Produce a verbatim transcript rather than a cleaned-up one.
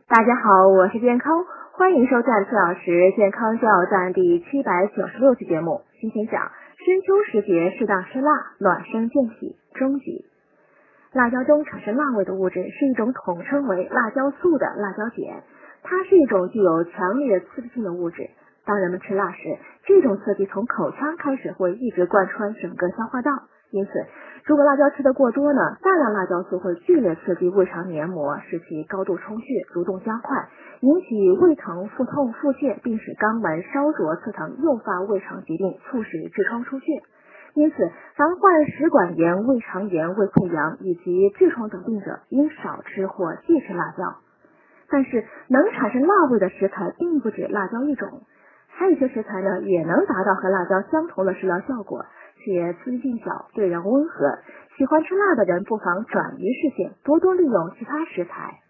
大家好，我是健康，欢迎收看四小时健康加油站第七百九十六期节目。今天讲深秋时节适当吃辣，暖身健体终极。辣椒中产生辣味的物质是一种统称为辣椒素的辣椒碱，它是一种具有强烈刺激性的物质。当人们吃辣时，这种刺激从口腔开始会一直贯穿整个消化道，因此如果辣椒吃得过多呢，大量辣椒素会剧烈刺激胃肠黏膜，使其高度充血，蠕动加快，引起胃疼、腹痛、腹泻，并使肛门烧灼刺疼，诱发胃肠疾病，促使痔疮出血。因此凡患食管炎、胃肠炎、胃溃疡以及痔疮等病者应少吃或忌吃辣椒。但是能产生辣味的食材并不止辣椒一种，还有一些食材呢也能达到和辣椒相同的食疗效果，且刺激性小，对人温和。喜欢吃辣的人不妨转移视线，多多利用其他食材。